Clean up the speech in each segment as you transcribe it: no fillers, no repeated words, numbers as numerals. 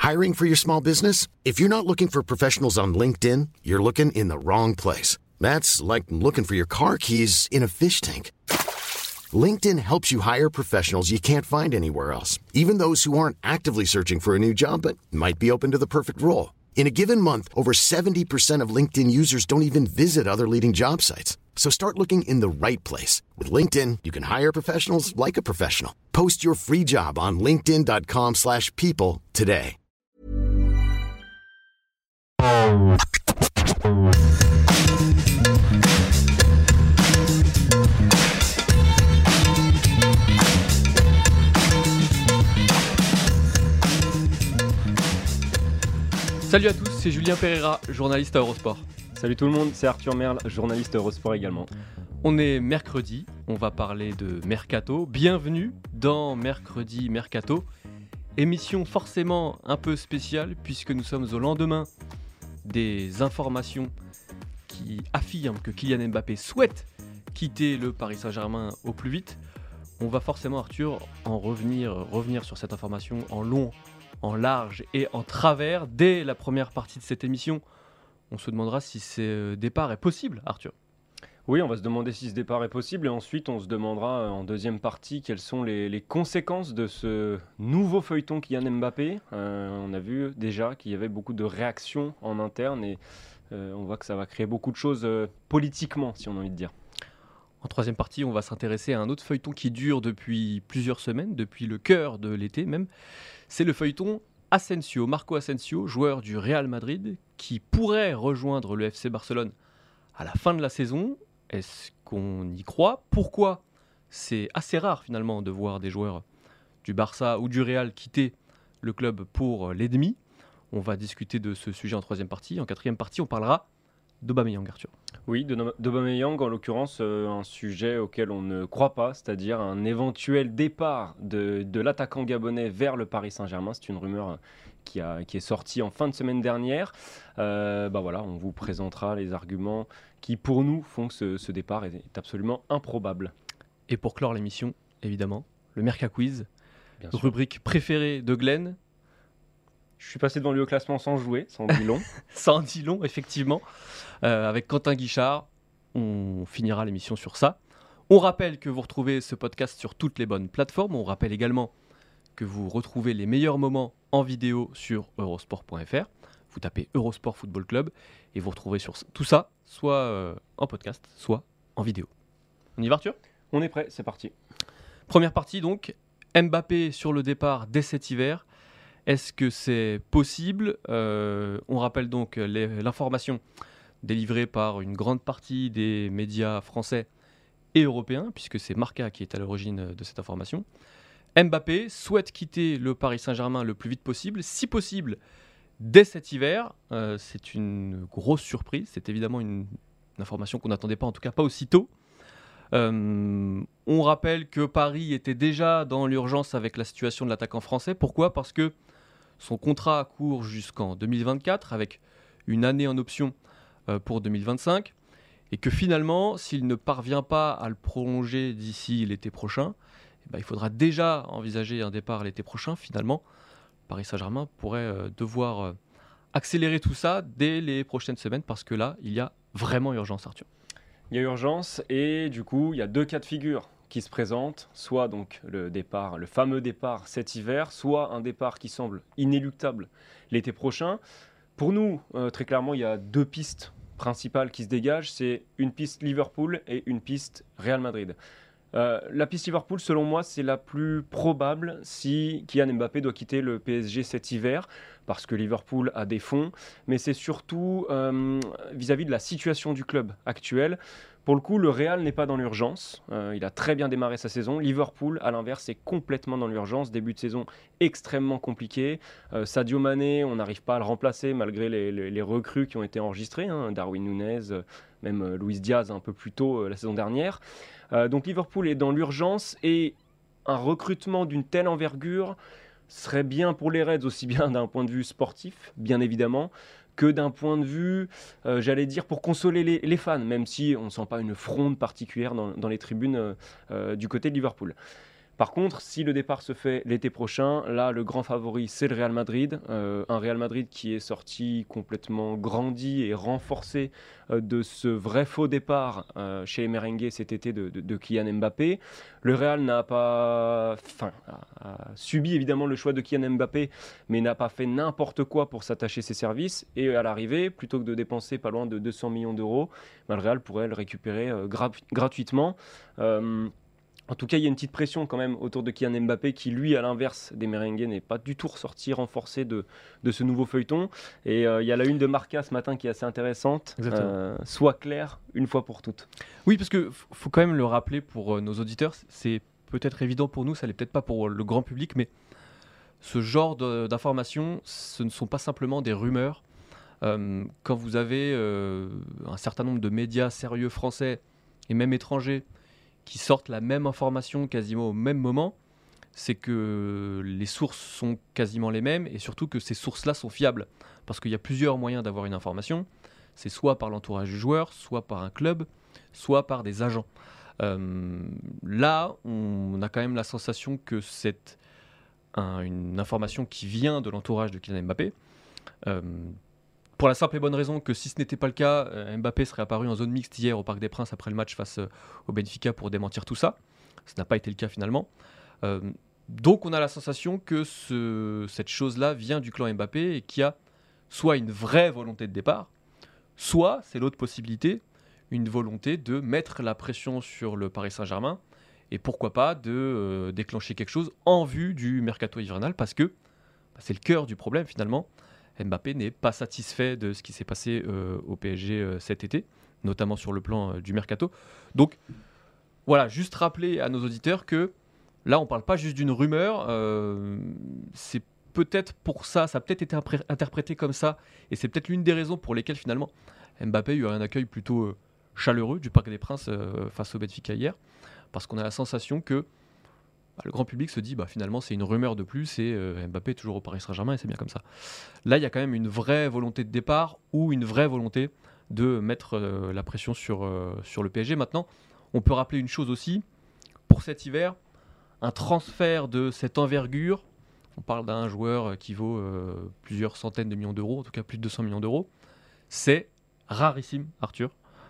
Hiring for your small business? If you're not looking for professionals on LinkedIn, you're looking in the wrong place. That's like looking for your car keys in a fish tank. LinkedIn helps you hire professionals you can't find anywhere else, even those who aren't actively searching for a new job but might be open to the perfect role. In a given month, over 70% of LinkedIn users don't even visit other leading job sites. So start looking in the right place. With LinkedIn, you can hire professionals like a professional. Post your free job on linkedin.com/people today. Salut à tous, c'est Julien Pereira, journaliste à Eurosport. Salut tout le monde, c'est Arthur Merle, journaliste à Eurosport également. On est mercredi, on va parler de Mercato. Bienvenue dans Mercredi Mercato. Émission forcément un peu spéciale puisque nous sommes au lendemain des informations qui affirment que Kylian Mbappé souhaite quitter le Paris Saint-Germain au plus vite. On va forcément, Arthur, revenir sur cette information en long, en large et en travers. Dès la première partie de cette émission, on se demandera si ce départ est possible, Arthur. Oui, on va se demander si ce départ est possible et ensuite on se demandera en deuxième partie quelles sont les conséquences de ce nouveau feuilleton Kylian Mbappé. On a vu déjà qu'il y avait beaucoup de réactions en interne et on voit que ça va créer beaucoup de choses politiquement, si on a envie de dire. En troisième partie, on va s'intéresser à un autre feuilleton qui dure depuis plusieurs semaines, depuis le cœur de l'été même. C'est le feuilleton Asensio, Marco Asensio, joueur du Real Madrid, qui pourrait rejoindre le FC Barcelone à la fin de la saison. Est-ce qu'on y croit ? Pourquoi ? C'est assez rare finalement de voir des joueurs du Barça ou du Real quitter le club pour l'ennemi. On va discuter de ce sujet en troisième partie. En quatrième partie, on parlera d'Aubameyang, Arthur. Oui, d'Aubameyang, en l'occurrence, un sujet auquel on ne croit pas, c'est-à-dire un éventuel départ de l'attaquant gabonais vers le Paris Saint-Germain. C'est une rumeur qui est sortie en fin de semaine dernière. Voilà, on vous présentera les arguments qui, pour nous, font que ce départ est absolument improbable. Et pour clore l'émission, évidemment, le Merca Quiz, Bien sûr. rubrique préférée de Glenn. Je suis passé devant le classement sans jouer, sans dit long. Ça en dit long, effectivement. Avec Quentin Guichard, on finira l'émission sur ça. On rappelle que vous retrouvez ce podcast sur toutes les bonnes plateformes. On rappelle également que vous retrouvez les meilleurs moments en vidéo sur eurosport.fr. Vous tapez Eurosport Football Club et vous retrouvez sur tout ça, soit en podcast, soit en vidéo. On y va, Arthur ? On est prêt, c'est parti. Première partie donc, Mbappé sur le départ dès cet hiver. Est-ce que c'est possible ? On rappelle donc l'information délivrée par une grande partie des médias français et européens, puisque c'est Marca qui est à l'origine de cette information. Mbappé souhaite quitter le Paris Saint-Germain le plus vite possible, si possible dès cet hiver. C'est une grosse surprise, c'est évidemment une information qu'on n'attendait pas, en tout cas pas aussitôt. On rappelle que Paris était déjà dans l'urgence avec la situation de l'attaquant français. Pourquoi ? Parce que son contrat court jusqu'en 2024 avec une année en option pour 2025 et que finalement, s'il ne parvient pas à le prolonger d'ici l'été prochain, il faudra déjà envisager un départ l'été prochain. Finalement, Paris Saint-Germain pourrait devoir accélérer tout ça dès les prochaines semaines parce que là, il y a vraiment urgence, Arthur. Il y a urgence et du coup, il y a deux cas de figure qui se présentent, soit donc le fameux départ cet hiver, soit un départ qui semble inéluctable l'été prochain. Pour nous, très clairement, il y a deux pistes principales qui se dégagent, c'est une piste Liverpool et une piste Real Madrid. La piste Liverpool, selon moi, c'est la plus probable si Kylian Mbappé doit quitter le PSG cet hiver, parce que Liverpool a des fonds, mais c'est surtout vis-à-vis de la situation du club actuel. Pour le coup, le Real n'est pas dans l'urgence. Il a très bien démarré sa saison. Liverpool, à l'inverse, est complètement dans l'urgence. Début de saison extrêmement compliqué. Sadio Mané, on n'arrive pas à le remplacer malgré les recrues qui ont été enregistrées. Darwin Nunez, même Luis Diaz un peu plus tôt la saison dernière. Donc Liverpool est dans l'urgence et un recrutement d'une telle envergure serait bien pour les Reds, aussi bien d'un point de vue sportif, bien évidemment, que d'un point de vue, j'allais dire, pour consoler les fans, même si on ne sent pas une fronde particulière dans les tribunes du côté de Liverpool. Par contre, si le départ se fait l'été prochain, là, le grand favori, c'est le Real Madrid. Un Real Madrid qui est sorti complètement grandi et renforcé de ce vrai faux départ chez les merengues cet été de Kylian Mbappé. Le Real a subi évidemment le choix de Kylian Mbappé, mais n'a pas fait n'importe quoi pour s'attacher ses services. Et à l'arrivée, plutôt que de dépenser pas loin de 200 millions d'euros, le Real pourrait le récupérer gratuitement. En tout cas, il y a une petite pression quand même autour de Kylian Mbappé qui, lui, à l'inverse des merengues, n'est pas du tout ressorti renforcé de ce nouveau feuilleton. Et il y a la une de Marca ce matin qui est assez intéressante. Soit clair une fois pour toutes. Oui, parce qu'il faut quand même le rappeler pour nos auditeurs, c'est peut-être évident pour nous, ça l'est peut-être pas pour le grand public, mais ce genre d'informations, ce ne sont pas simplement des rumeurs. Quand vous avez un certain nombre de médias sérieux français et même étrangers qui sortent la même information quasiment au même moment, c'est que les sources sont quasiment les mêmes et surtout que ces sources-là sont fiables. Parce qu'il y a plusieurs moyens d'avoir une information. C'est soit par l'entourage du joueur, soit par un club, soit par des agents. Là, on a quand même la sensation que c'est une information qui vient de l'entourage de Kylian Mbappé. Pour la simple et bonne raison que si ce n'était pas le cas, Mbappé serait apparu en zone mixte hier au Parc des Princes après le match face au Benfica pour démentir tout ça. Ce n'a pas été le cas finalement. Donc on a la sensation que cette chose-là vient du clan Mbappé et qu'il y a soit une vraie volonté de départ, soit, c'est l'autre possibilité, une volonté de mettre la pression sur le Paris Saint-Germain et pourquoi pas de déclencher quelque chose en vue du mercato hivernal parce que c'est le cœur du problème finalement. Mbappé n'est pas satisfait de ce qui s'est passé au PSG cet été, notamment sur le plan du mercato. Donc voilà, juste rappeler à nos auditeurs que là, on ne parle pas juste d'une rumeur. C'est peut-être pour ça, ça a peut-être été interprété comme ça, et c'est peut-être l'une des raisons pour lesquelles finalement Mbappé a eu un accueil plutôt chaleureux du Parc des Princes face au Benfica hier, parce qu'on a la sensation que le grand public se dit finalement c'est une rumeur de plus et Mbappé est toujours au Paris Saint-Germain et c'est bien comme ça. Là, il y a quand même une vraie volonté de départ ou une vraie volonté de mettre la pression sur le PSG. Maintenant, on peut rappeler une chose aussi, pour cet hiver, un transfert de cette envergure, on parle d'un joueur qui vaut plusieurs centaines de millions d'euros, en tout cas plus de 200 millions d'euros, c'est rarissime, Arthur.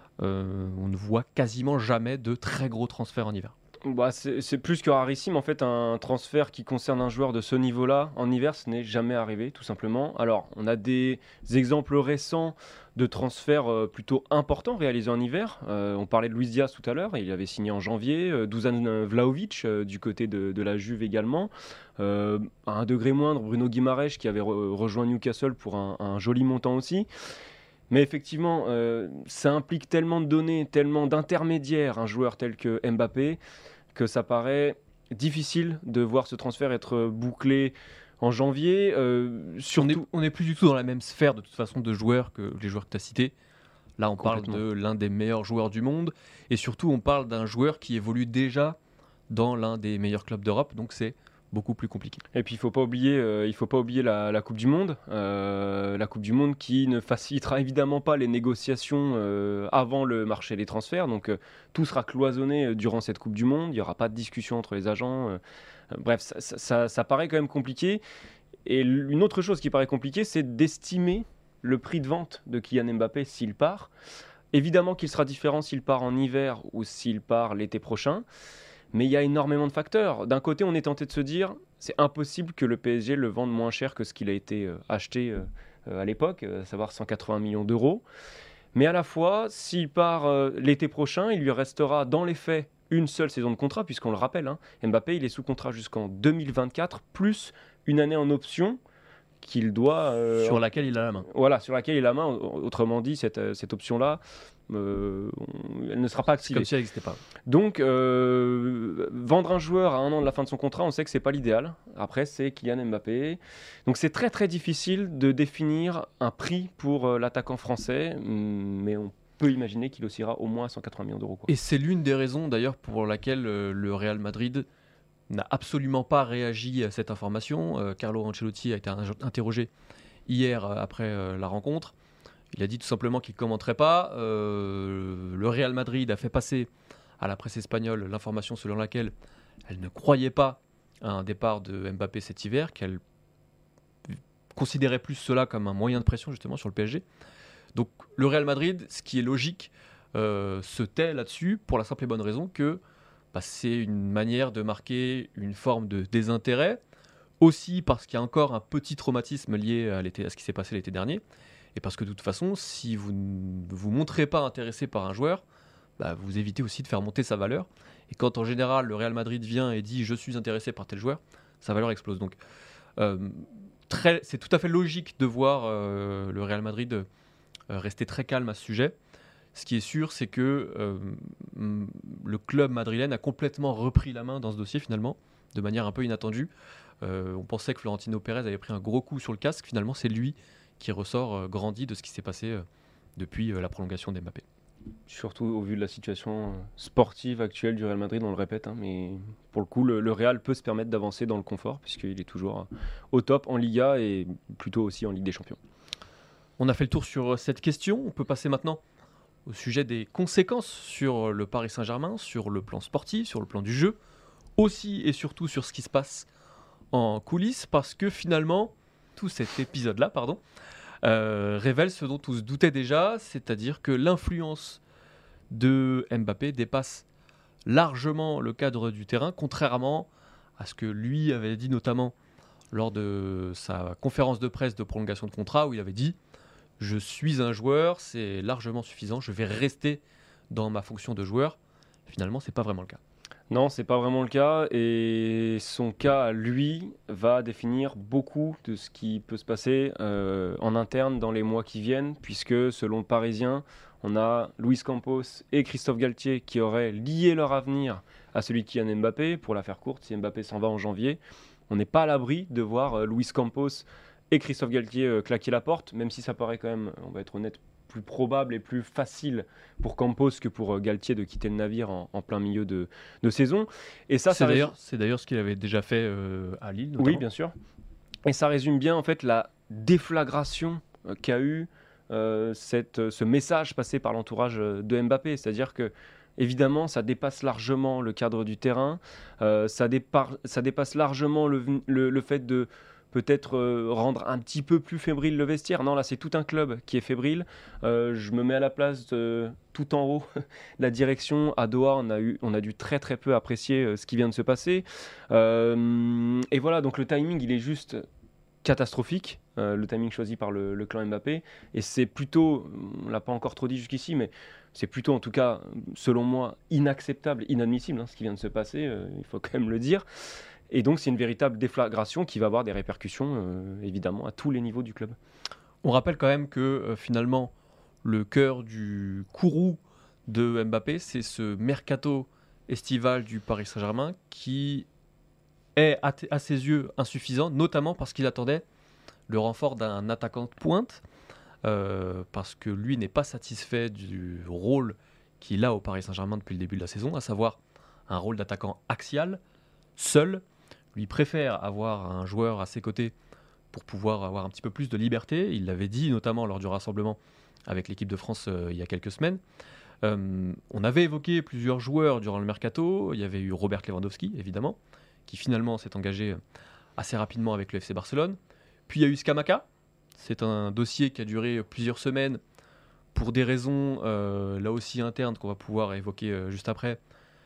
On ne voit quasiment jamais de très gros transferts en hiver. C'est plus que rarissime. En fait, un transfert qui concerne un joueur de ce niveau-là, en hiver, ce n'est jamais arrivé, tout simplement. Alors, on a des exemples récents de transferts plutôt importants réalisés en hiver. On parlait de Luis Diaz tout à l'heure, il avait signé en janvier. Dusan Vlahovic, du côté de la Juve également. À un degré moindre, Bruno Guimaraes, qui avait rejoint Newcastle pour un joli montant aussi. Mais effectivement, ça implique tellement de données, tellement d'intermédiaires, un joueur tel que Mbappé, que ça paraît difficile de voir ce transfert être bouclé en janvier. Surtout... On n'est plus du tout dans la même sphère de toute façon de joueurs que les joueurs que tu as cités. Là, on parle de l'un des meilleurs joueurs du monde. Et surtout, on parle d'un joueur qui évolue déjà dans l'un des meilleurs clubs d'Europe. Donc c'est beaucoup plus compliqué. Et puis il faut pas oublier la Coupe du Monde, la Coupe du Monde qui ne facilitera évidemment pas les négociations avant le marché des transferts. Donc tout sera cloisonné durant cette Coupe du Monde. Il y aura pas de discussion entre les agents. Bref, ça paraît quand même compliqué. Et une autre chose qui paraît compliquée, c'est d'estimer le prix de vente de Kylian Mbappé s'il part. Évidemment qu'il sera différent s'il part en hiver ou s'il part l'été prochain. Mais il y a énormément de facteurs. D'un côté, on est tenté de se dire c'est impossible que le PSG le vende moins cher que ce qu'il a été acheté à l'époque, à savoir 180 millions d'euros. Mais à la fois, s'il part l'été prochain, il lui restera dans les faits une seule saison de contrat, puisqu'on le rappelle, Mbappé il est sous contrat jusqu'en 2024, plus une année en option qu'il doit... sur laquelle il a la main. Voilà, sur laquelle il a la main. Autrement dit, cette option-là, elle ne sera pas activée. Comme si elle n'existait pas. Donc, vendre un joueur à 1 an de la fin de son contrat, on sait que c'est pas l'idéal. Après, c'est Kylian Mbappé. Donc, c'est très très difficile de définir un prix pour l'attaquant français, mais on peut imaginer qu'il oscillera au moins à 180 millions d'euros. Et c'est l'une des raisons d'ailleurs pour laquelle le Real Madrid n'a absolument pas réagi à cette information. Carlo Ancelotti a été interrogé hier après la rencontre. Il a dit tout simplement qu'il ne commenterait pas. Le Real Madrid a fait passer à la presse espagnole l'information selon laquelle elle ne croyait pas à un départ de Mbappé cet hiver, qu'elle considérait plus cela comme un moyen de pression justement sur le PSG. Donc le Real Madrid, ce qui est logique, se tait là-dessus pour la simple et bonne raison que c'est une manière de marquer une forme de désintérêt, aussi parce qu'il y a encore un petit traumatisme lié à ce qui s'est passé l'été dernier, et parce que de toute façon, si vous ne vous montrez pas intéressé par un joueur, vous évitez aussi de faire monter sa valeur. Et quand en général le Real Madrid vient et dit je suis intéressé par tel joueur, sa valeur explose. Donc c'est tout à fait logique de voir le Real Madrid rester très calme à ce sujet. Ce qui est sûr, c'est que le club madrilène a complètement repris la main dans ce dossier finalement, de manière un peu inattendue. On pensait que Florentino Pérez avait pris un gros coup sur le casque. Finalement, c'est lui qui ressort grandi de ce qui s'est passé depuis la prolongation d'Mbappé. Surtout au vu de la situation sportive actuelle du Real Madrid, on le répète, mais pour le coup, le Real peut se permettre d'avancer dans le confort, puisqu'il est toujours au top en Liga et plutôt aussi en Ligue des Champions. On a fait le tour sur cette question. On peut passer maintenant au sujet des conséquences sur le Paris Saint-Germain, sur le plan sportif, sur le plan du jeu, aussi et surtout sur ce qui se passe en coulisses, parce que finalement, tout cet épisode-là, révèle ce dont on se doutait déjà, c'est-à-dire que l'influence de Mbappé dépasse largement le cadre du terrain, contrairement à ce que lui avait dit notamment lors de sa conférence de presse de prolongation de contrat, où il avait dit « Je suis un joueur, c'est largement suffisant, je vais rester dans ma fonction de joueur ». Finalement, c'est pas vraiment le cas. Non, c'est pas vraiment le cas, et son cas, lui, va définir beaucoup de ce qui peut se passer en interne dans les mois qui viennent, puisque selon le Parisien, on a Luis Campos et Christophe Galtier qui auraient lié leur avenir à celui de Kylian Mbappé. Pour la faire courte, si Mbappé s'en va en janvier, on n'est pas à l'abri de voir Luis Campos et Christophe Galtier claquer la porte, même si ça paraît quand même, on va être honnête, plus probable et plus facile pour Campos que pour Galtier de quitter le navire en plein milieu de saison. Et ça, c'est d'ailleurs ce qu'il avait déjà fait à Lille, notamment. Oui, bien sûr. Et ça résume bien en fait la déflagration qu'a eu ce message passé par l'entourage de Mbappé. C'est-à-dire que évidemment, ça dépasse largement le cadre du terrain, ça dépasse largement le fait de peut-être rendre un petit peu plus fébrile le vestiaire. Non, là, c'est tout un club qui est fébrile. Je me mets à la place tout en haut. La direction à Doha, on a dû très très peu apprécier ce qui vient de se passer. Et voilà, donc le timing, il est juste catastrophique. Le timing choisi par le clan Mbappé. Et c'est plutôt, on ne l'a pas encore trop dit jusqu'ici, mais c'est plutôt en tout cas, selon moi, inacceptable, inadmissible, ce qui vient de se passer, il faut quand même le dire. Et donc c'est une véritable déflagration qui va avoir des répercussions évidemment à tous les niveaux du club. On rappelle quand même que finalement le cœur du courroux de Mbappé, c'est ce mercato estival du Paris Saint-Germain qui est à ses yeux insuffisant, notamment parce qu'il attendait le renfort d'un attaquant de pointe, parce que lui n'est pas satisfait du rôle qu'il a au Paris Saint-Germain depuis le début de la saison, à savoir un rôle d'attaquant axial, seul. Lui préfère avoir un joueur à ses côtés pour pouvoir avoir un petit peu plus de liberté. Il l'avait dit notamment lors du rassemblement avec l'équipe de France il y a quelques semaines. On avait évoqué plusieurs joueurs durant le mercato. Il y avait eu Robert Lewandowski, évidemment, qui finalement s'est engagé assez rapidement avec le FC Barcelone. Puis il y a eu Scamacca. C'est un dossier qui a duré plusieurs semaines pour des raisons là aussi internes qu'on va pouvoir évoquer juste après.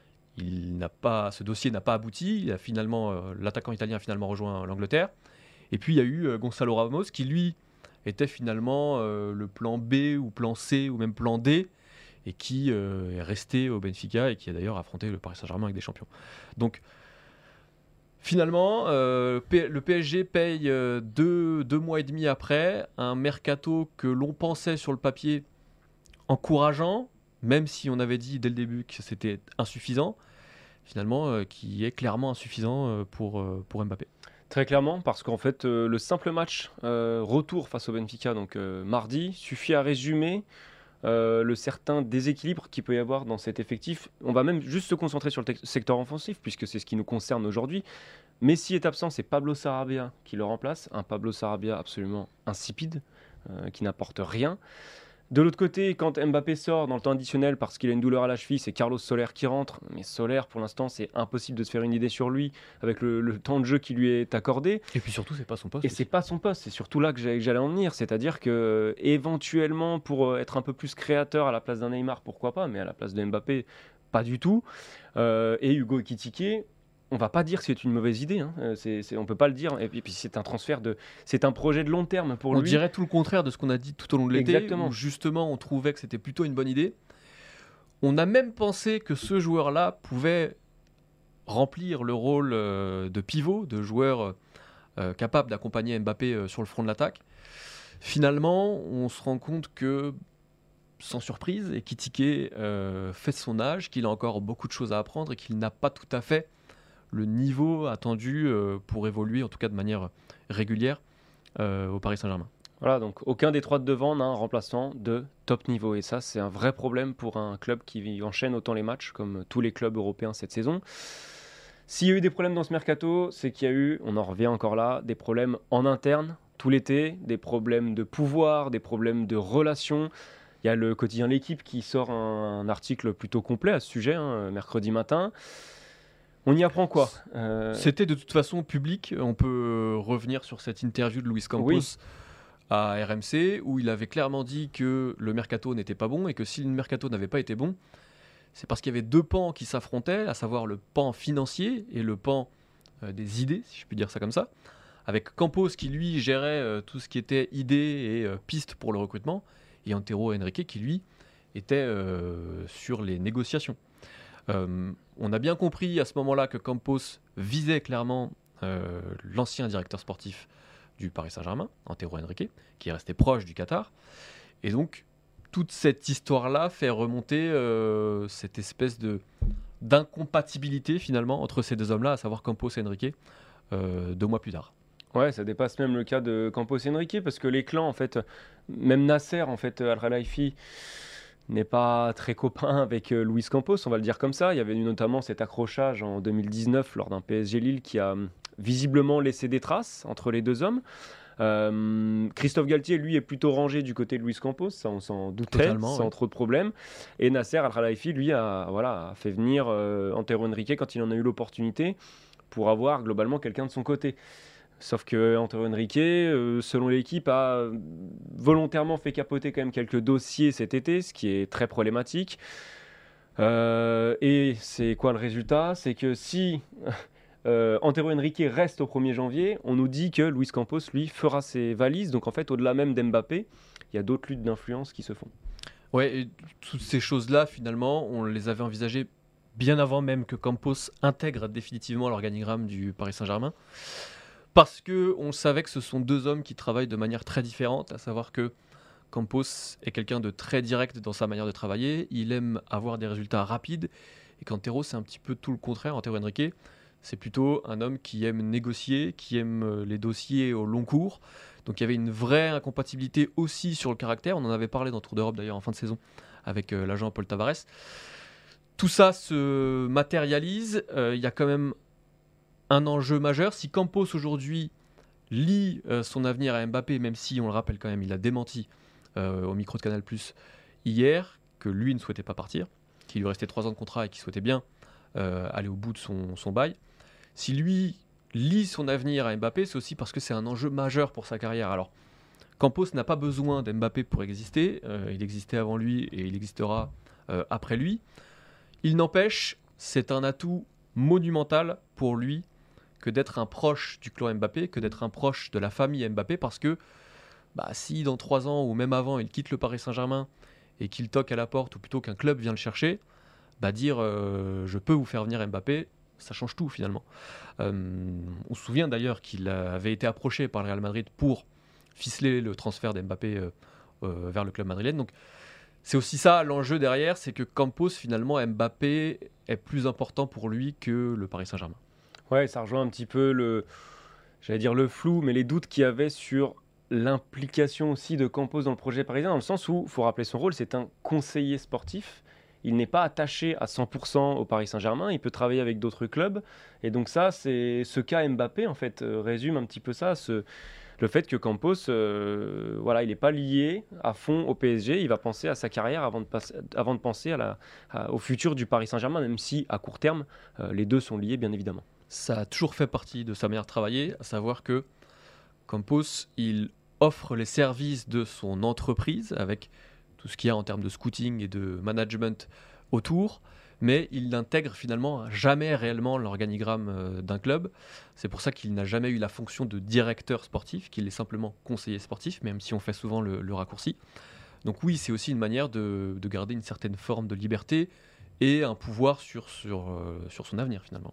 Ce dossier n'a pas abouti. L'attaquant italien a finalement rejoint l'Angleterre. Et puis il y a eu Gonzalo Ramos qui lui était finalement le plan B ou plan C ou même plan D et qui est resté au Benfica et qui a d'ailleurs affronté le Paris Saint-Germain avec des champions. Donc finalement, le PSG paye 2 mois et demi après un mercato que l'on pensait sur le papier encourageant, même si on avait dit dès le début que c'était insuffisant, finalement, qui est clairement insuffisant pour Mbappé. Très clairement, parce qu'en fait, le simple match retour face au Benfica, donc mardi, suffit à résumer le certain déséquilibre qu'il peut y avoir dans cet effectif. On va même juste se concentrer sur le secteur offensif, puisque c'est ce qui nous concerne aujourd'hui. Messi est absent, c'est Pablo Sarabia qui le remplace, un Pablo Sarabia absolument insipide, qui n'apporte rien. De l'autre côté, quand Mbappé sort dans le temps additionnel parce qu'il a une douleur à la cheville, c'est Carlos Soler qui rentre. Mais Soler, pour l'instant, c'est impossible de se faire une idée sur lui avec le temps de jeu qui lui est accordé. Et puis surtout, c'est pas son poste. Et c'est pas son poste, c'est surtout là que j'allais en venir. C'est-à-dire que éventuellement, pour être un peu plus créateur à la place d'un Neymar, pourquoi pas, mais à la place de Mbappé, pas du tout. Et Hugo Ekitike, on va pas dire que c'est une mauvaise idée, hein. On peut pas le dire. Et puis c'est un c'est un projet de long terme pour lui. On dirait tout le contraire de ce qu'on a dit tout au long de l'été, Exactement. où justement on trouvait que c'était plutôt une bonne idée. On a même pensé que ce joueur-là pouvait remplir le rôle de pivot, de joueur capable d'accompagner Mbappé sur le front de l'attaque. Finalement, on se rend compte que, sans surprise, Ekitike fait son âge, qu'il a encore beaucoup de choses à apprendre et qu'il n'a pas tout à fait le niveau attendu pour évoluer, en tout cas de manière régulière, au Paris Saint-Germain. Voilà, donc aucun des trois de devant n'a un remplaçant de top niveau. Et ça, c'est un vrai problème pour un club qui enchaîne autant les matchs, comme tous les clubs européens cette saison. S'il y a eu des problèmes dans ce mercato, c'est qu'il y a eu, on en revient encore là, des problèmes en interne tout l'été, des problèmes de pouvoir, des problèmes de relations. Il y a le quotidien L'Équipe qui sort un article plutôt complet à ce sujet, mercredi matin. On y apprend quoi C'était de toute façon public. On peut revenir sur cette interview de Luis Campos à RMC, où il avait clairement dit que le mercato n'était pas bon et que si le mercato n'avait pas été bon, c'est parce qu'il y avait deux pans qui s'affrontaient, à savoir le pan financier et le pan des idées, si je puis dire ça comme ça, avec Campos qui lui gérait tout ce qui était idées et pistes pour le recrutement, et Antero Henrique qui lui était sur les négociations. On a bien compris à ce moment-là que Campos visait clairement l'ancien directeur sportif du Paris Saint-Germain, Antero Henrique, qui est resté proche du Qatar. Et donc, toute cette histoire-là fait remonter cette espèce d'incompatibilité finalement entre ces deux hommes-là, à savoir Campos et Henrique, 2 mois plus tard. Ouais, ça dépasse même le cas de Campos et Henrique, parce que les clans, en fait, même Nasser, en fait, Al-Khelaifi, n'est pas très copain avec Luis Campos, on va le dire comme ça. Il y avait eu notamment cet accrochage en 2019 lors d'un PSG Lille qui a visiblement laissé des traces entre les deux hommes. Christophe Galtier, lui, est plutôt rangé du côté de Luis Campos, ça on s'en doutait, Totalement, sans ouais. trop de problèmes. Et Nasser Al-Khelaifi, lui, a fait venir Antero Henrique quand il en a eu l'opportunité pour avoir globalement quelqu'un de son côté. Sauf que Antero Henrique, selon l'équipe, a volontairement fait capoter quand même quelques dossiers cet été, ce qui est très problématique. Et c'est quoi le résultat ? C'est que si Antero Henrique reste au 1er janvier, on nous dit que Luis Campos, lui, fera ses valises. Donc en fait, au-delà même d'Mbappé, il y a d'autres luttes d'influence qui se font. Ouais, et toutes ces choses-là, finalement, on les avait envisagées bien avant même que Campos intègre définitivement l'organigramme du Paris Saint-Germain. Parce qu'on savait que ce sont deux hommes qui travaillent de manière très différente, à savoir que Campos est quelqu'un de très direct dans sa manière de travailler, il aime avoir des résultats rapides, et qu'Antero, c'est un petit peu tout le contraire. Antero Henrique, c'est plutôt un homme qui aime négocier, qui aime les dossiers au long cours. Donc il y avait une vraie incompatibilité aussi sur le caractère, on en avait parlé dans Tour d'Europe d'ailleurs en fin de saison, avec l'agent Paul Tavares. Tout ça se matérialise, il y a quand même un enjeu majeur. Si Campos aujourd'hui lie son avenir à Mbappé, même si on le rappelle quand même, il a démenti au micro de Canal+ hier que lui ne souhaitait pas partir, qu'il lui restait 3 ans de contrat et qu'il souhaitait bien aller au bout de son bail. Si lui lie son avenir à Mbappé, c'est aussi parce que c'est un enjeu majeur pour sa carrière. Alors, Campos n'a pas besoin d'Mbappé pour exister, il existait avant lui et il existera après lui. Il n'empêche, c'est un atout monumental pour lui que d'être un proche du clan Mbappé, que d'être un proche de la famille Mbappé, parce que si dans 3 ans ou même avant il quitte le Paris Saint-Germain et qu'il toque à la porte, ou plutôt qu'un club vient le chercher, dire je peux vous faire venir Mbappé, ça change tout finalement. On se souvient d'ailleurs qu'il avait été approché par le Real Madrid pour ficeler le transfert d'Mbappé vers le club madrilène. Donc c'est aussi ça l'enjeu derrière, c'est que Campos, finalement, Mbappé est plus important pour lui que le Paris Saint-Germain. Ouais, ça rejoint un petit peu le flou, mais les doutes qu'il y avait sur l'implication aussi de Campos dans le projet parisien, dans le sens où, il faut rappeler son rôle, c'est un conseiller sportif. Il n'est pas attaché à 100% au Paris Saint-Germain, il peut travailler avec d'autres clubs. Et donc ça, c'est ce cas Mbappé, en fait, résume un petit peu ça, le fait que Campos, il n'est pas lié à fond au PSG, il va penser à sa carrière avant de penser au futur du Paris Saint-Germain, même si à court terme, les deux sont liés bien évidemment. Ça a toujours fait partie de sa manière de travailler, à savoir que Campos, il offre les services de son entreprise avec tout ce qu'il y a en termes de scouting et de management autour, mais il n'intègre finalement jamais réellement l'organigramme d'un club. C'est pour ça qu'il n'a jamais eu la fonction de directeur sportif, qu'il est simplement conseiller sportif, même si on fait souvent le raccourci. Donc oui, c'est aussi une manière de garder une certaine forme de liberté et un pouvoir sur son avenir finalement.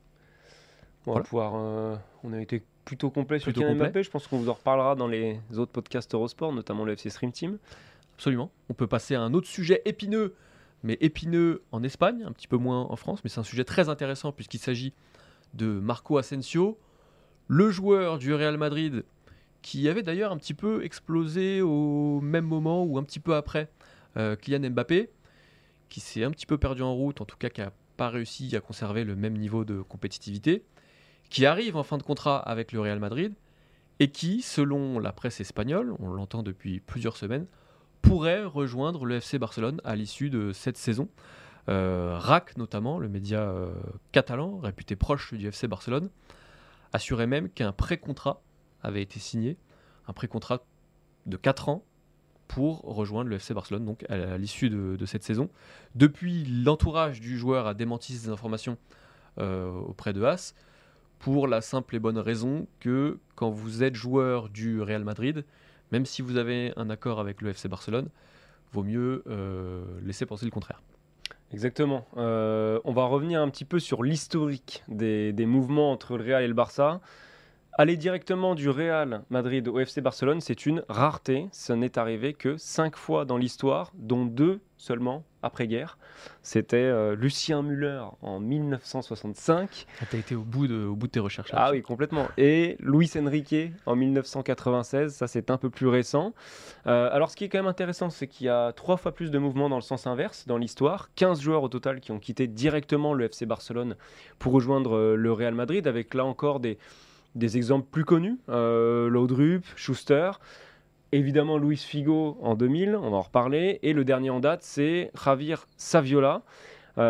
On a été plutôt complet sur Kylian complet. Mbappé. Je pense qu'on vous en reparlera dans les autres podcasts Eurosport, notamment le FC Stream Team. Absolument. On peut passer à un autre sujet épineux, mais épineux en Espagne, un petit peu moins en France, mais c'est un sujet très intéressant puisqu'il s'agit de Marco Asensio, le joueur du Real Madrid qui avait d'ailleurs un petit peu explosé au même moment ou un petit peu après Kylian Mbappé, qui s'est un petit peu perdu en route, en tout cas qui n'a pas réussi à conserver le même niveau de compétitivité, qui arrive en fin de contrat avec le Real Madrid et qui, selon la presse espagnole, on l'entend depuis plusieurs semaines, pourrait rejoindre le FC Barcelone à l'issue de cette saison. RAC notamment, le média catalan, réputé proche du FC Barcelone, assurait même qu'un pré-contrat avait été signé, un pré-contrat de 4 ans pour rejoindre le FC Barcelone donc à l'issue de cette saison. Depuis, l'entourage du joueur a démenti ces informations auprès de AS, pour la simple et bonne raison que quand vous êtes joueur du Real Madrid, même si vous avez un accord avec le FC Barcelone, vaut mieux laisser penser le contraire. Exactement. On va revenir un petit peu sur l'historique des mouvements entre le Real et le Barça. Aller directement du Real Madrid au FC Barcelone, c'est une rareté. Ça n'est arrivé que 5 fois dans l'histoire, dont 2 seulement après-guerre. C'était Lucien Müller en 1965. Tu as été au bout de tes recherches. Ah oui, complètement. Et Luis Enrique en 1996, ça c'est un peu plus récent. Alors ce qui est quand même intéressant, c'est qu'il y a 3 fois plus de mouvements dans le sens inverse dans l'histoire. 15 joueurs au total qui ont quitté directement le FC Barcelone pour rejoindre le Real Madrid, avec là encore des exemples plus connus, Laudrup, Schuster, évidemment Luis Figo en 2000, on va en reparler, et le dernier en date, c'est Javier Saviola. C'est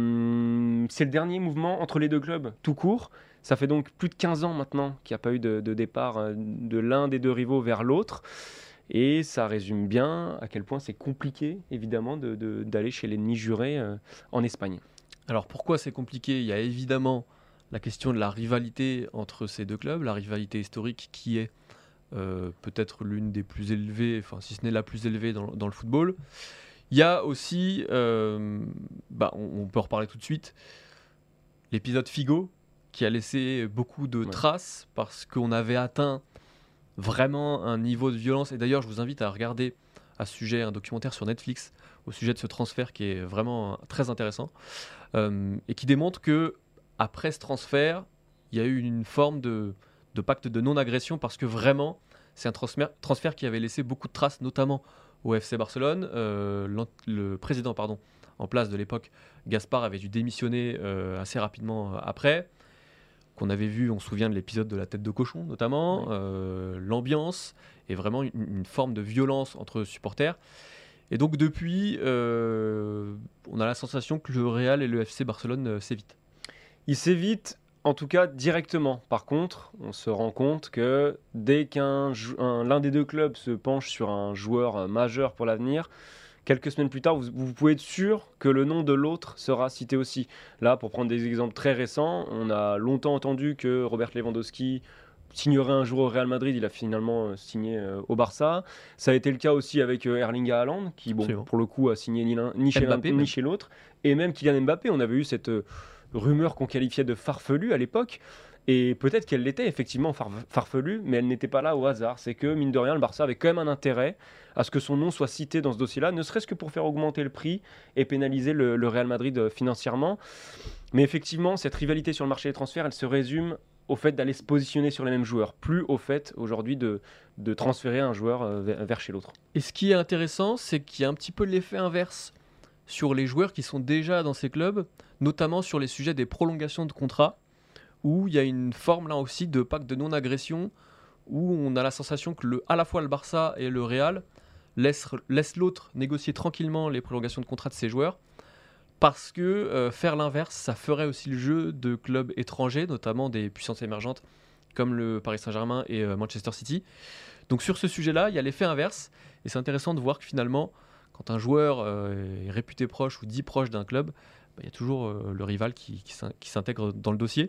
le dernier mouvement entre les deux clubs, tout court. Ça fait donc plus de 15 ans maintenant qu'il n'y a pas eu de départ de l'un des deux rivaux vers l'autre. Et ça résume bien à quel point c'est compliqué, évidemment, d'aller chez l'ennemi juré en Espagne. Alors pourquoi c'est compliqué ? Il y a évidemment la question de la rivalité entre ces deux clubs, la rivalité historique qui est peut-être l'une des plus élevées, enfin si ce n'est la plus élevée dans le football. Il y a aussi, on peut en reparler tout de suite, l'épisode Figo qui a laissé beaucoup de traces parce qu'on avait atteint vraiment un niveau de violence. Et d'ailleurs, je vous invite à regarder à ce sujet un documentaire sur Netflix au sujet de ce transfert qui est vraiment très intéressant et qui démontre que après ce transfert, il y a eu une forme de pacte de non-agression parce que vraiment, c'est un transfert qui avait laissé beaucoup de traces, notamment au FC Barcelone. Le président en place de l'époque, Gaspard, avait dû démissionner assez rapidement après. Qu'on avait vu, on se souvient de l'épisode de la tête de cochon notamment, l'ambiance et vraiment une forme de violence entre supporters. Et donc depuis, on a la sensation que le Real et le FC Barcelone s'évitent. Ils s'évitent, en tout cas directement. Par contre, on se rend compte que dès l'un des deux clubs se penche sur un joueur majeur pour l'avenir, quelques semaines plus tard, vous pouvez être sûr que le nom de l'autre sera cité aussi. Là, pour prendre des exemples très récents, on a longtemps entendu que Robert Lewandowski signerait un jour au Real Madrid. Il a finalement signé au Barça. Ça a été le cas aussi avec Erling Haaland, qui, pour le coup, a signé ni chez l'un ni chez l'autre. Et même Kylian Mbappé, on avait eu cette rumeur qu'on qualifiait de farfelue à l'époque. Et peut-être qu'elle l'était effectivement farfelue, mais elle n'était pas là au hasard. C'est que, mine de rien, le Barça avait quand même un intérêt à ce que son nom soit cité dans ce dossier-là, ne serait-ce que pour faire augmenter le prix et pénaliser le Real Madrid financièrement. Mais effectivement, cette rivalité sur le marché des transferts, elle se résume au fait d'aller se positionner sur les mêmes joueurs, plus au fait aujourd'hui de transférer un joueur vers chez l'autre. Et ce qui est intéressant, c'est qu'il y a un petit peu l'effet inverse sur les joueurs qui sont déjà dans ces clubs, notamment sur les sujets des prolongations de contrats, où il y a une forme là aussi de pacte de non-agression, où on a la sensation que à la fois le Barça et le Real laissent l'autre négocier tranquillement les prolongations de contrat de ses joueurs, parce que faire l'inverse, ça ferait aussi le jeu de clubs étrangers, notamment des puissances émergentes comme le Paris Saint-Germain et Manchester City. Donc sur ce sujet-là, il y a l'effet inverse, et c'est intéressant de voir que finalement, quand un joueur est réputé proche ou dit proche d'un club, il y a toujours le rival qui s'intègre dans le dossier.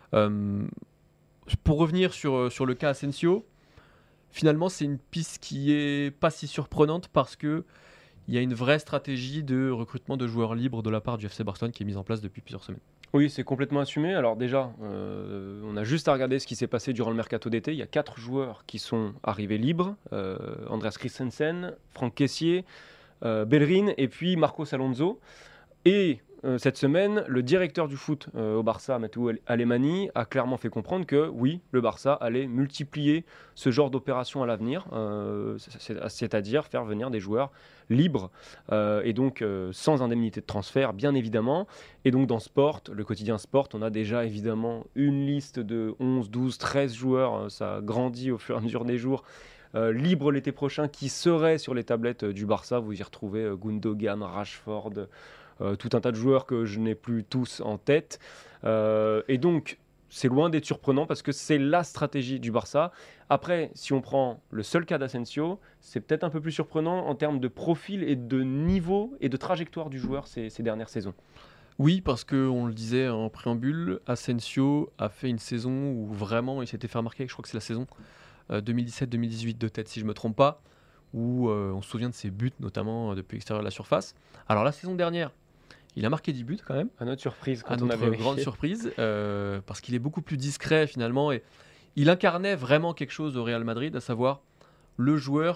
Pour revenir sur le cas Asensio, finalement, c'est une piste qui est pas si surprenante parce que il y a une vraie stratégie de recrutement de joueurs libres de la part du FC Barcelone qui est mise en place depuis plusieurs semaines. Oui, c'est complètement assumé. Alors déjà, on a juste à regarder ce qui s'est passé durant le mercato d'été. Il y a 4 joueurs qui sont arrivés libres. Andreas Christensen, Franck Kessié, Bellerin et puis Marcos Alonso. Et cette semaine, le directeur du foot au Barça, Mateu Alemany, a clairement fait comprendre que oui, le Barça allait multiplier ce genre d'opération à l'avenir, c'est-à-dire faire venir des joueurs libres et donc sans indemnité de transfert, bien évidemment. Et donc dans Sport, le quotidien Sport, on a déjà évidemment une liste de 11, 12, 13 joueurs, ça grandit au fur et à mesure des jours, libres l'été prochain, qui seraient sur les tablettes du Barça. Vous y retrouvez Gundogan, Rashford, tout un tas de joueurs que je n'ai plus tous en tête. Et donc, c'est loin d'être surprenant parce que c'est la stratégie du Barça. Après, si on prend le seul cas d'Asensio, c'est peut-être un peu plus surprenant en termes de profil et de niveau et de trajectoire du joueur ces dernières saisons. Oui, parce qu'on le disait en préambule, Asensio a fait une saison où vraiment il s'était fait remarquer. Je crois que c'est la saison 2017-2018 de tête, si je ne me trompe pas, où on se souvient de ses buts, notamment depuis l'extérieur de la surface. Alors la saison dernière, il a marqué 10 buts quand même. À notre surprise, à notre grande surprise, parce qu'il est beaucoup plus discret finalement. Et il incarnait vraiment quelque chose au Real Madrid, à savoir le joueur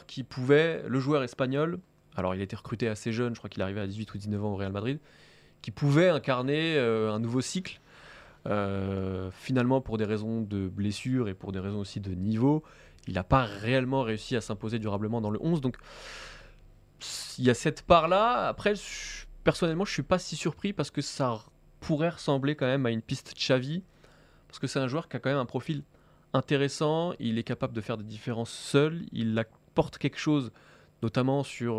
espagnol. Alors il a été recruté assez jeune, je crois qu'il est arrivé à 18 ou 19 ans au Real Madrid, qui pouvait incarner un nouveau cycle. Finalement, pour des raisons de blessure et pour des raisons aussi de niveau, il n'a pas réellement réussi à s'imposer durablement dans le 11. Donc il y a cette part-là. Après, personnellement, je ne suis pas si surpris parce que ça pourrait ressembler quand même à une piste Xavi, parce que c'est un joueur qui a quand même un profil intéressant, il est capable de faire des différences seul, il apporte quelque chose, notamment sur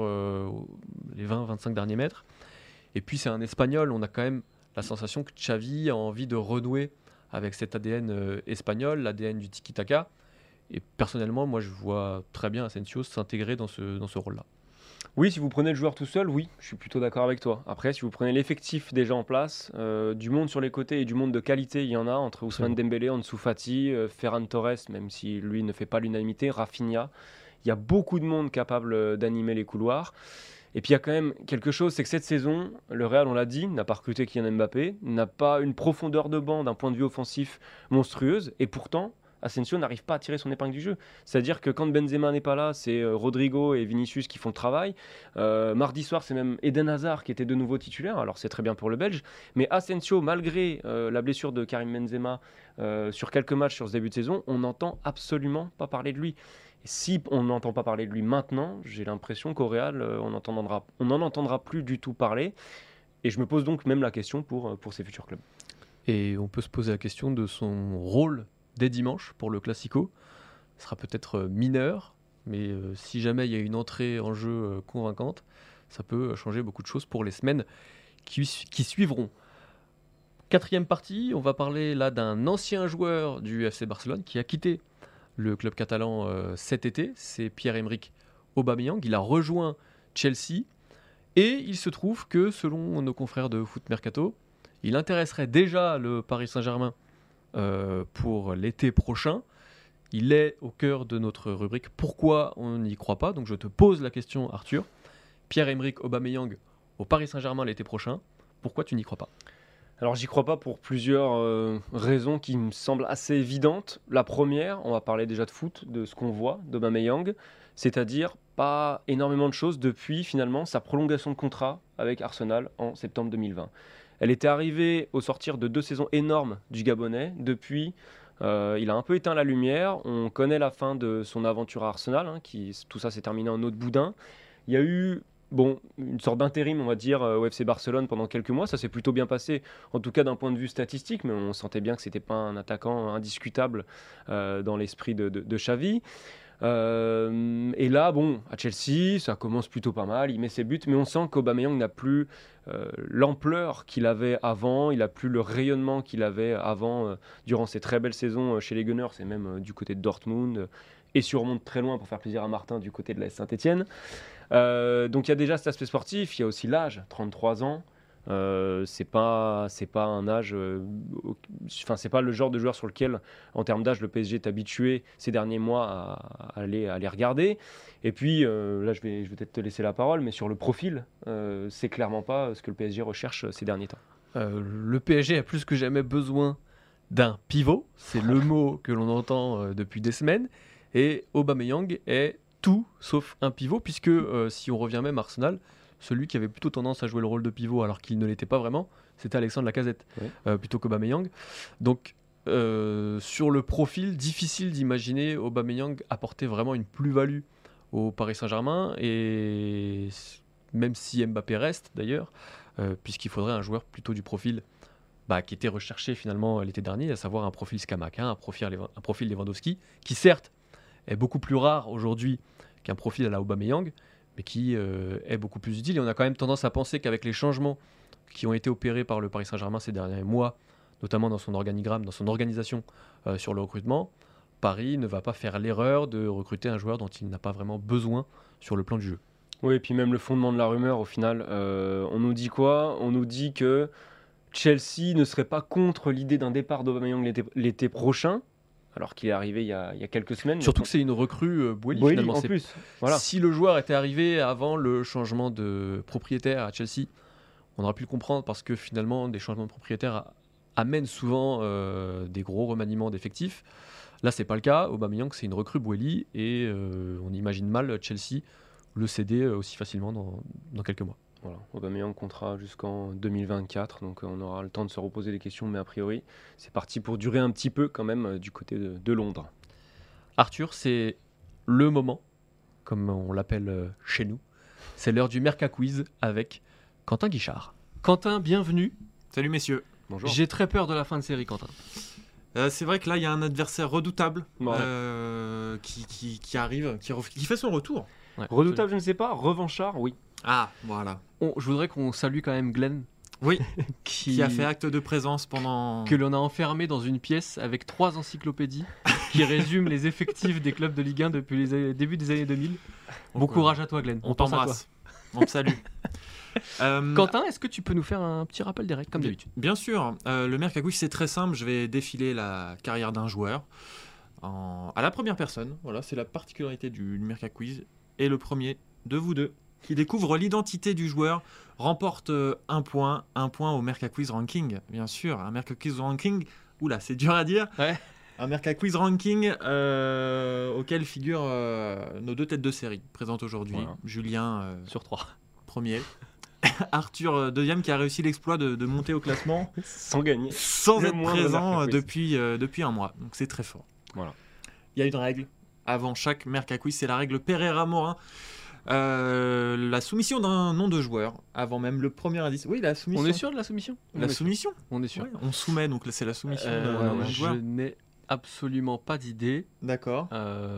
les 20-25 derniers mètres. Et puis c'est un Espagnol, on a quand même la sensation que Xavi a envie de renouer avec cet ADN espagnol, l'ADN du tiki-taka. Et personnellement, moi je vois très bien Asensio s'intégrer dans ce rôle-là. Oui, si vous prenez le joueur tout seul, oui, je suis plutôt d'accord avec toi. Après, si vous prenez l'effectif déjà en place, du monde sur les côtés et du monde de qualité, il y en a entre Ousmane Dembélé, Ansu Fati, Ferran Torres, même si lui ne fait pas l'unanimité, Rafinha. Il y a beaucoup de monde capable d'animer les couloirs. Et puis il y a quand même quelque chose, c'est que cette saison, le Real, on l'a dit, n'a pas recruté Kylian Mbappé, n'a pas une profondeur de banc d'un point de vue offensif monstrueuse, et pourtant, Asensio n'arrive pas à tirer son épingle du jeu. C'est-à-dire que quand Benzema n'est pas là, c'est Rodrigo et Vinicius qui font le travail. Mardi soir, c'est même Eden Hazard qui était de nouveau titulaire. Alors c'est très bien pour le Belge. Mais Asensio, malgré la blessure de Karim Benzema sur quelques matchs sur ce début de saison, on n'entend absolument pas parler de lui. Et si on n'entend pas parler de lui maintenant, j'ai l'impression qu'au Real, on n'en entendra plus du tout parler. Et je me pose donc même la question pour ses futurs clubs. Et on peut se poser la question de son rôle dès dimanche pour le Classico. Ce sera peut-être mineur, mais si jamais il y a une entrée en jeu convaincante, ça peut changer beaucoup de choses pour les semaines qui suivront. Quatrième partie, on va parler là d'un ancien joueur du FC Barcelone qui a quitté le club catalan cet été, c'est Pierre-Emerick Aubameyang. Il a rejoint Chelsea et il se trouve que, selon nos confrères de Foot Mercato, il intéresserait déjà le Paris Saint-Germain pour l'été prochain. Il est au cœur de notre rubrique Pourquoi on n'y croit pas. Donc je te pose la question, Arthur. Pierre-Emerick Aubameyang au Paris Saint-Germain l'été prochain, pourquoi tu n'y crois pas ? Alors j'y crois pas pour plusieurs raisons qui me semblent assez évidentes. La première, on va parler déjà de foot, de ce qu'on voit d'Aubameyang, c'est-à-dire pas énormément de choses depuis finalement sa prolongation de contrat avec Arsenal en septembre 2020. Elle était arrivée au sortir de 2 saisons énormes du Gabonais. Depuis, il a un peu éteint la lumière. On connaît la fin de son aventure à Arsenal, tout ça s'est terminé en eau de boudin. Il y a eu bon, une sorte d'intérim, on va dire, au FC Barcelone pendant quelques mois. Ça s'est plutôt bien passé, en tout cas d'un point de vue statistique, mais on sentait bien que c'était pas un attaquant indiscutable dans l'esprit de Xavi. Et là, bon, à Chelsea, ça commence plutôt pas mal, il met ses buts, mais on sent qu'Aubameyang n'a plus l'ampleur qu'il avait avant, il n'a plus le rayonnement qu'il avait avant durant ses très belles saisons chez les Gunners, et même du côté de Dortmund, et surmonte très loin pour faire plaisir à Martin du côté de la Saint-Etienne. Donc il y a déjà cet aspect sportif, il y a aussi l'âge, 33 ans. C'est pas un âge, c'est pas le genre de joueur sur lequel, en termes d'âge, le PSG est habitué ces derniers mois à aller regarder. Et puis là, je vais peut-être te laisser la parole, mais sur le profil, c'est clairement pas ce que le PSG recherche ces derniers temps. Le PSG a plus que jamais besoin d'un pivot, c'est le mot que l'on entend depuis des semaines, et Aubameyang est tout sauf un pivot, puisque si on revient même à Arsenal, celui qui avait plutôt tendance à jouer le rôle de pivot alors qu'il ne l'était pas vraiment, c'était Alexandre Lacazette, plutôt qu'Aubameyang. Donc sur le profil, difficile d'imaginer Aubameyang apporter vraiment une plus-value au Paris Saint-Germain, et même si Mbappé reste d'ailleurs, puisqu'il faudrait un joueur plutôt du profil qui était recherché finalement l'été dernier, à savoir un profil Scamacca, un profil Lewandowski, qui certes est beaucoup plus rare aujourd'hui qu'un profil à la Aubameyang, mais qui est beaucoup plus utile. Et on a quand même tendance à penser qu'avec les changements qui ont été opérés par le Paris Saint-Germain ces derniers mois, notamment dans son organigramme, dans son organisation sur le recrutement, Paris ne va pas faire l'erreur de recruter un joueur dont il n'a pas vraiment besoin sur le plan du jeu. Oui, et puis même le fondement de la rumeur, au final, on nous dit quoi ? On nous dit que Chelsea ne serait pas contre l'idée d'un départ d'Aubameyang l'été prochain, alors qu'il est arrivé il y a quelques semaines. Surtout que c'est une recrue Boeli finalement. En plus. Voilà. Si le joueur était arrivé avant le changement de propriétaire à Chelsea, on aurait pu le comprendre, parce que finalement des changements de propriétaire amènent souvent des gros remaniements d'effectifs. Là, c'est pas le cas. Aubameyang, c'est une recrue Boeli, et on imagine mal Chelsea le céder aussi facilement dans quelques mois. Voilà, Aubameyang contrat jusqu'en 2024, donc on aura le temps de se reposer des questions, mais a priori, c'est parti pour durer un petit peu quand même du côté de Londres. Arthur, c'est le moment, comme on l'appelle chez nous. C'est l'heure du Merca Quiz avec Quentin Guichard. Quentin, bienvenue. Salut messieurs. Bonjour. J'ai très peur de la fin de série, Quentin. C'est vrai que là, il y a un adversaire redoutable Ouais. qui arrive, qui fait son retour. Ouais. Redoutable, je ne sais pas. Revanchard, oui. Ah, voilà. Je voudrais qu'on salue quand même Glenn. Oui, qui a fait acte de présence pendant... Que l'on a enfermé dans une pièce avec 3 encyclopédies qui résument les effectifs des clubs de Ligue 1 depuis les débuts des années 2000. Bon courage à toi, Glenn. On t'embrasse. On te salue. Quentin, est-ce que tu peux nous faire un petit rappel des règles, comme d'habitude ? Bien sûr. Le Merca Quiz, c'est très simple. Je vais défiler la carrière d'un joueur à la première personne. Voilà, c'est la particularité du Merca Quiz. Et le premier de vous deux qui découvre l'identité du joueur remporte un point au Merca Quiz Ranking, bien sûr. Un Merca Quiz Ranking, oula, c'est dur à dire. Ouais. Un Merca Quiz Ranking auquel figurent nos 2 têtes de série présentes aujourd'hui. Voilà. Julien sur 3. Premier. Arthur deuxième, qui a réussi l'exploit de monter au classement sans gagner, sans être présent depuis un mois. Donc c'est très fort. Voilà. Il y a une règle avant chaque Merca Quiz, c'est la règle Pereira-Morin. La soumission d'un nom de joueur avant même le premier indice. Oui, la soumission. On est sûr de la soumission ? La soumission. On est sûr. Ouais, on soumet, donc c'est la soumission d'un nom de joueur. Je n'ai absolument pas d'idée. D'accord.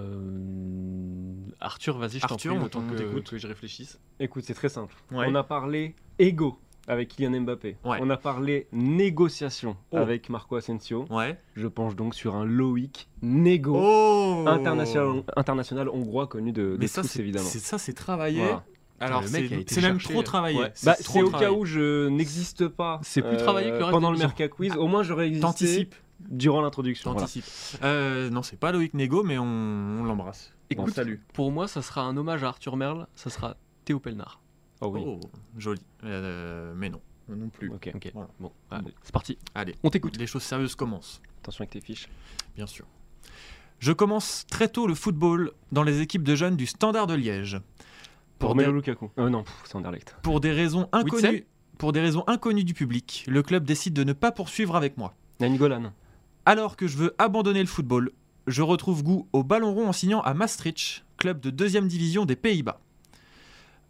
Arthur, vas-y, je t'en prie, le temps t'écoute. que je réfléchisse. Écoute, c'est très simple. Ouais. On a parlé ego avec Kylian Mbappé. Ouais. On a parlé négociation avec Marco Asensio. Ouais. Je penche donc sur un Loïc Nego, international hongrois connu de tous, évidemment. C'est travaillé. Voilà. Alors le mec c'est même trop travaillé. Ouais. C'est au cas où je n'existe pas. C'est plus travaillé que le reste pendant de le l'émission. Merca Quiz. Au moins j'aurais existé T'anticipes. durant l'introduction. Voilà. Non, c'est pas Loïc Nego, mais on l'embrasse. Écoute, salut. Pour moi, ça sera un hommage à Arthur Merle, ça sera Théo Pelnard. Oh oui. Oh, joli. Mais non plus. Ok. Voilà. Bon, c'est parti. Allez, On t'écoute. les choses sérieuses commencent. Attention avec tes fiches. Bien sûr. Je commence très tôt le football dans les équipes de jeunes du Standard de Liège. Romelu Lukaku. Non, c'est Anderlecht. Pour des raisons inconnues du public, le club décide de ne pas poursuivre avec moi. Nainggolan. Alors que je veux abandonner le football, je retrouve goût au ballon rond en signant à Maastricht, club de 2e division des Pays-Bas.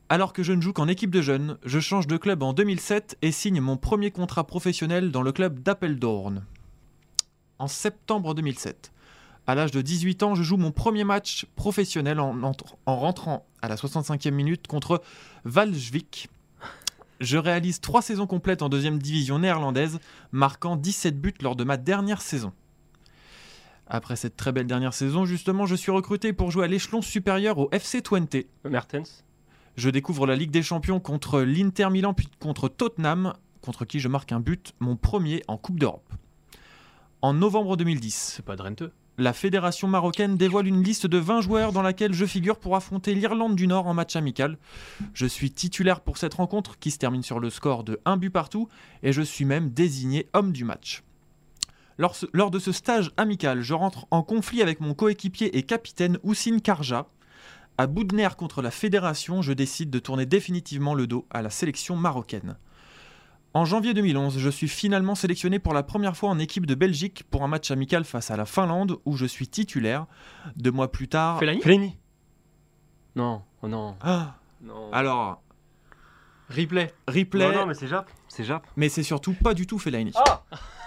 Alors que je ne joue qu'en équipe de jeunes, je change de club en 2007 et signe mon premier contrat professionnel dans le club d'Apeldoorn. En septembre 2007, à l'âge de 18 ans, je joue mon premier match professionnel en rentrant à la 65e minute contre Valsvik. Je réalise 3 saisons complètes en deuxième division néerlandaise, marquant 17 buts lors de ma dernière saison. Après cette très belle dernière saison, justement, je suis recruté pour jouer à l'échelon supérieur au FC Twente. Mertens. Je découvre la Ligue des Champions contre l'Inter Milan puis contre Tottenham, contre qui je marque un but, mon premier en Coupe d'Europe. En novembre 2010, C'est pas Drenthe. la fédération marocaine dévoile une liste de 20 joueurs dans laquelle je figure pour affronter l'Irlande du Nord en match amical. Je suis titulaire pour cette rencontre qui se termine sur le score de 1 but partout et je suis même désigné homme du match. Lors de ce stage amical, je rentre en conflit avec mon coéquipier et capitaine Houssine Karja. À bout de nerfs contre la fédération, je décide de tourner définitivement le dos à la sélection marocaine. En janvier 2011, je suis finalement sélectionné pour la première fois en équipe de Belgique pour un match amical face à la Finlande où je suis titulaire. 2 mois plus tard... Fellaini. Non, oh non. Ah, Non. alors, Replay. Non, mais c'est Jap. C'est Jap. mais c'est surtout pas du tout Fellaini. Ah.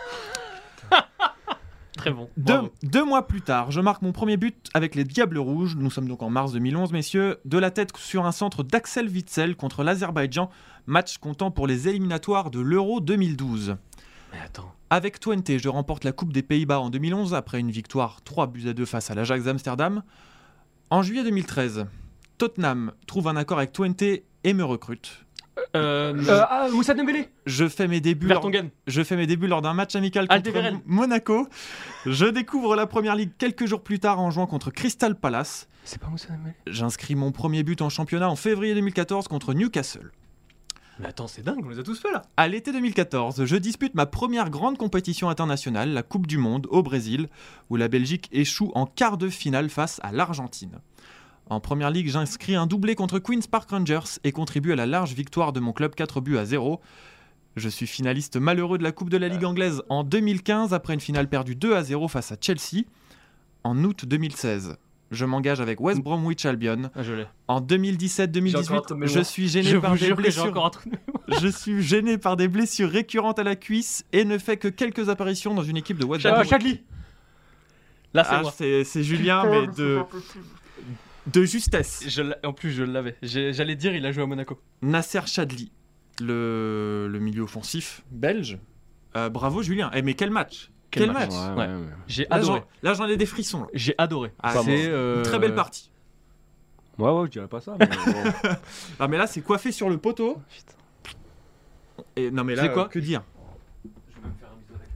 Très bon. Deux mois plus tard, je marque mon premier but avec les Diables Rouges. Nous sommes donc en mars 2011, messieurs. De la tête sur un centre d'Axel Witsel contre l'Azerbaïdjan. Match comptant pour les éliminatoires de l'Euro 2012. Mais attends. Avec Twente, je remporte la Coupe des Pays-Bas en 2011 après une victoire 3-2 face à l'Ajax d'Amsterdam. En juillet 2013, Tottenham trouve un accord avec Twente et me recrute. Moussa Dembélé. Je fais mes débuts lors d'un match amical contre Alderweireld. Monaco. Je découvre la Première Ligue quelques jours plus tard en jouant contre Crystal Palace. C'est pas Moussa Dembélé. J'inscris mon premier but en championnat en février 2014 contre Newcastle. Mais attends, c'est dingue, on les a tous fait là. À l'été 2014, je dispute ma première grande compétition internationale, la Coupe du Monde au Brésil, où la Belgique échoue en quart de finale face à l'Argentine. En Première Ligue, j'inscris un doublé contre Queen's Park Rangers et contribue à la large victoire de mon club 4-0. Je suis finaliste malheureux de la Coupe de la Ligue anglaise en 2015 après une finale perdue 2-0 face à Chelsea. En août 2016, je m'engage avec West Bromwich Albion. Ah, je l'ai. En 2017-2018, je suis gêné par des blessures. Je suis gêné par des blessures récurrentes à la cuisse et ne fais que quelques apparitions dans une équipe de West Bromwich. Chadli. Là, c'est moi. C'est Julien, mais de justesse. En plus, je l'avais. J'allais dire, il a joué à Monaco. Nasser Chadli, le milieu offensif belge. Bravo Julien. Mais quel match. Quel match. Ouais. J'ai Là, adoré. j'en ai des frissons. Là. J'ai adoré. C'est une très belle partie. Ouais, je dirais pas ça. Mais bon. Ah, mais là, c'est coiffé sur le poteau. Putain. Et, non, mais là, C'est quoi que dire. Je vais me faire un bisou avec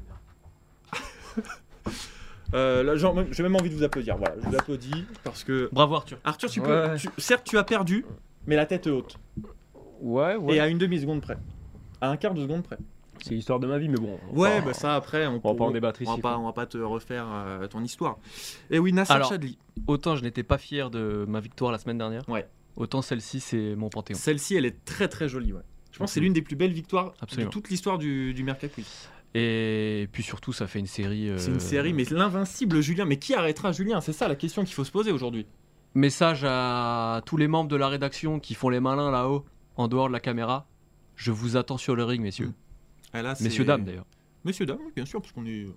Là, j'ai même envie de vous applaudir. Voilà, je vous applaudis parce que. Bravo Arthur. Arthur, Ouais. certes, tu as perdu, mais la tête est haute. Ouais. Et à une demi-seconde près. À un quart de seconde près. C'est l'histoire de ma vie, mais bon. Ouais, bah ça après, on va pas en débattre ici, quoi. On va pas te refaire ton histoire. Et oui, Nasser Alors, Chadli. Autant je n'étais pas fier de ma victoire la semaine dernière. Ouais. Autant celle-ci, c'est mon panthéon. Celle-ci, elle est très très jolie. Ouais. Je pense que c'est l'une des plus belles victoires Absolument. de toute l'histoire du Mercacuis. Et puis surtout, ça fait une série. C'est une série, mais l'invincible Julien. Mais qui arrêtera Julien? C'est ça la question qu'il faut se poser aujourd'hui. Message à tous les membres de la rédaction qui font les malins là-haut, en dehors de la caméra. Je vous attends sur le ring, messieurs. Et là, Messieurs, dames d'ailleurs. Messieurs, dames, oui, bien sûr, parce qu'on est.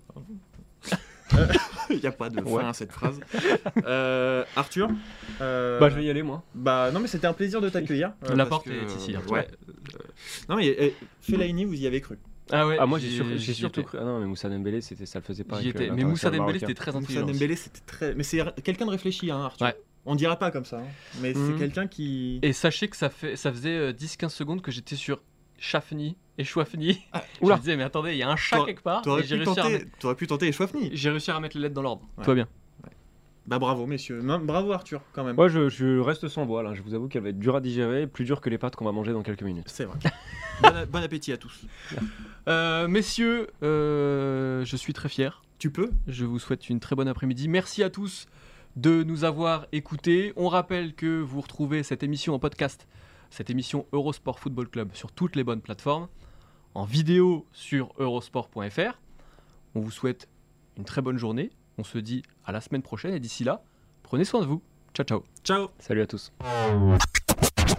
Il n'y a pas de fin à cette phrase. Arthur Bah, je vais y aller, moi. Bah, non, mais c'était un plaisir de t'accueillir. La parce porte que, est ici, Arthur. Ouais. Non, mais Fellaini, vous y avez cru. Ah ouais. Ah, moi, j'y j'ai surtout étais. cru. Ah non, mais Moussa Dembélé, ça le faisait pas. J'y avec, étais. Mais Moussa l'international Dembélé, marocain. c'était très Moussa intelligent. Dembélé, c'était très. Mais c'est quelqu'un de réfléchi, hein, Arthur. Ouais. On dirait pas comme ça, hein. Mais c'est quelqu'un qui. Et sachez que ça faisait 10-15 secondes que j'étais sur Chafni et Chouafni. Je oula. me disais, mais attendez, il y a un chat quelque part. T'aurais Et j'ai pu tenter les Chouafni. réussi à mettre les lettres dans l'ordre. Ouais. Tout va bien. Bah bravo messieurs, bravo Arthur quand même. Ouais, je reste sans voix là. Je vous avoue qu'elle va être dure à digérer, plus dure que les pâtes qu'on va manger dans quelques minutes. C'est vrai. Bon appétit à tous. Messieurs, je suis très fier. Tu peux. Je vous souhaite une très bonne après-midi. Merci à tous de nous avoir écoutés. On rappelle que vous retrouvez cette émission en podcast, cette émission Eurosport Football Club sur toutes les bonnes plateformes, en vidéo sur eurosport.fr. On vous souhaite une très bonne journée. On se dit à la semaine prochaine et d'ici là, prenez soin de vous. Ciao, ciao. Ciao. Salut à tous.